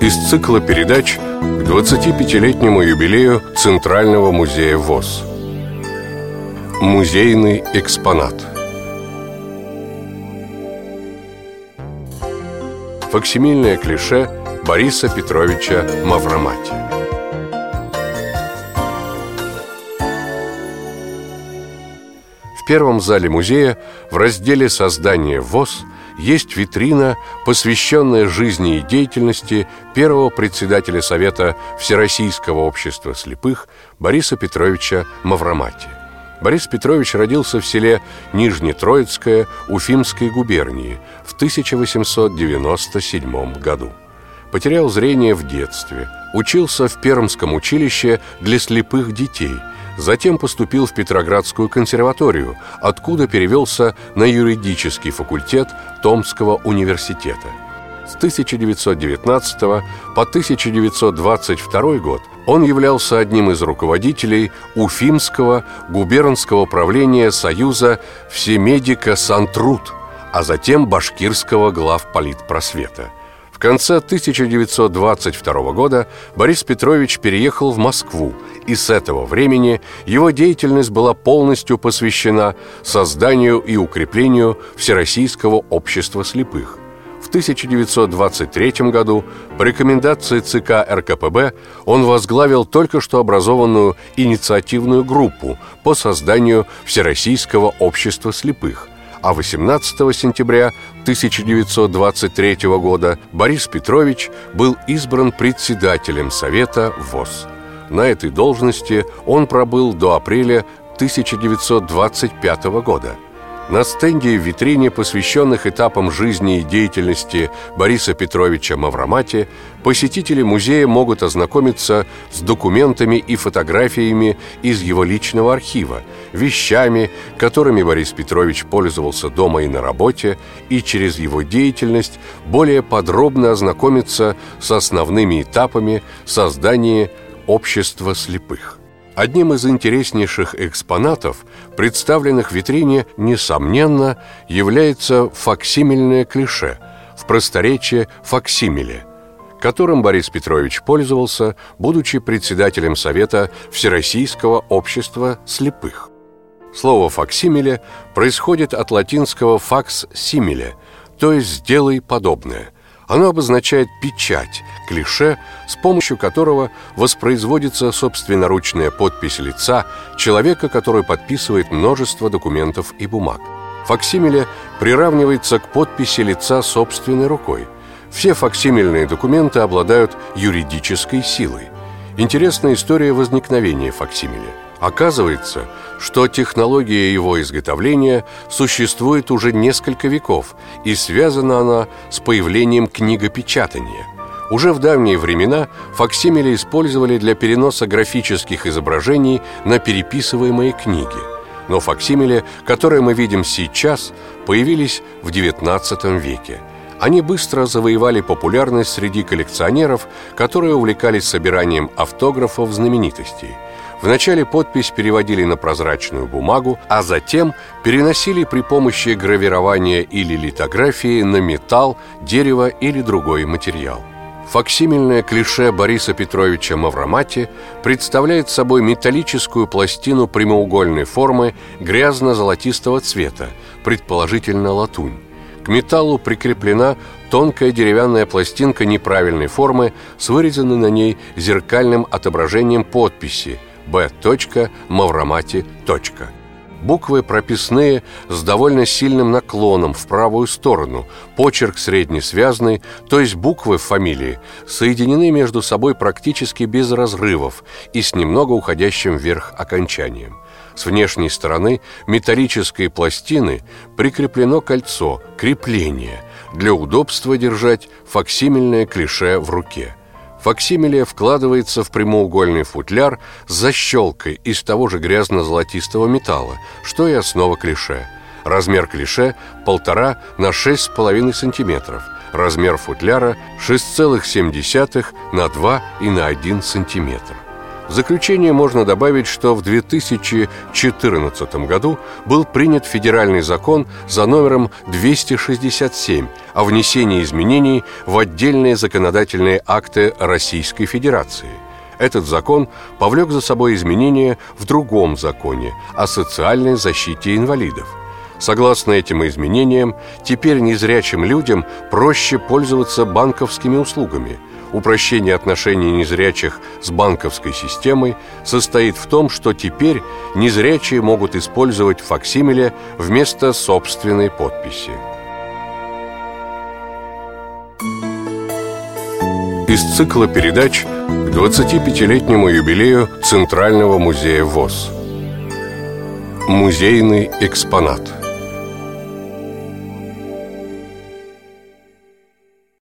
из цикла передач к 25-летнему юбилею Центрального музея ВОС. Музейный экспонат. Факсимильное клише Бориса Петровича Мавромати. В первом зале музея в разделе «Создание ВОС» есть витрина, посвященная жизни и деятельности первого председателя Совета Всероссийского общества слепых Бориса Петровича Мавромати. Борис Петрович родился в селе Нижнетроицкое Уфимской губернии в 1897 году. Потерял зрение в детстве, учился в Пермском училище для слепых детей, затем поступил в Петроградскую консерваторию, откуда перевелся на юридический факультет Томского университета. С 1919 по 1922 год он являлся одним из руководителей Уфимского губернского правления Союза Всемедико-Сантруд, а затем Башкирского главполитпросвета. В конце 1922 года Борис Петрович переехал в Москву, и с этого времени его деятельность была полностью посвящена созданию и укреплению Всероссийского общества слепых. В 1923 году по рекомендации ЦК РКПБ он возглавил только что образованную инициативную группу по созданию Всероссийского общества слепых, а 18 сентября 1923 года Борис Петрович был избран председателем Совета ВОС. На этой должности он пробыл до апреля 1925 года. На стенде в витрине, посвященных этапам жизни и деятельности Бориса Петровича Мавромати, посетители музея могут ознакомиться с документами и фотографиями из его личного архива, вещами, которыми Борис Петрович пользовался дома и на работе, и через его деятельность более подробно ознакомиться с основными этапами создания общества слепых. Одним из интереснейших экспонатов, представленных в витрине, несомненно, является факсимильное клише, в просторечии факсимиле, которым Борис Петрович пользовался, будучи председателем Совета Всероссийского общества слепых. Слово «факсимиле» происходит от латинского «fax simile», то есть «сделай подобное». Оно обозначает печать, клише, с помощью которого воспроизводится собственноручная подпись лица человека, который подписывает множество документов и бумаг. Факсимиле приравнивается к подписи лица собственной рукой. Все факсимильные документы обладают юридической силой. Интересная история возникновения факсимиле. Оказывается, что технология его изготовления существует уже несколько веков, и связана она с появлением книгопечатания. Уже в давние времена факсимиле использовали для переноса графических изображений на переписываемые книги. Но факсимиле, которые мы видим сейчас, появились в XIX веке. Они быстро завоевали популярность среди коллекционеров, которые увлекались собиранием автографов знаменитостей. Вначале подпись переводили на прозрачную бумагу, а затем переносили при помощи гравирования или литографии на металл, дерево или другой материал. Факсимильное клише Бориса Петровича Мавромати представляет собой металлическую пластину прямоугольной формы грязно-золотистого цвета, предположительно латунь. К металлу прикреплена тонкая деревянная пластинка неправильной формы с вырезанной на ней зеркальным отображением подписи «Б. Мавромати. Буквы прописные с довольно сильным наклоном в правую сторону, почерк среднесвязный, то есть буквы в фамилии соединены между собой практически без разрывов и с немного уходящим вверх окончанием. С внешней стороны металлической пластины прикреплено кольцо, крепление, для удобства держать факсимильное клише в руке. Факсимиле вкладывается в прямоугольный футляр с защелкой из того же грязно-золотистого металла, что и основа клише. Размер клише 1,5 на 6,5 см. Размер футляра 6,7 на 2 и на 1 см. В заключение можно добавить, что в 2014 году был принят федеральный закон за номером 267 о внесении изменений в отдельные законодательные акты Российской Федерации. Этот закон повлек за собой изменения в другом законе о социальной защите инвалидов. Согласно этим изменениям, теперь незрячим людям проще пользоваться банковскими услугами. Упрощение отношений незрячих с банковской системой состоит в том, что теперь незрячие могут использовать факсимиле вместо собственной подписи. Из цикла передач к 25-летнему юбилею Центрального музея ВОС. Музейный экспонат.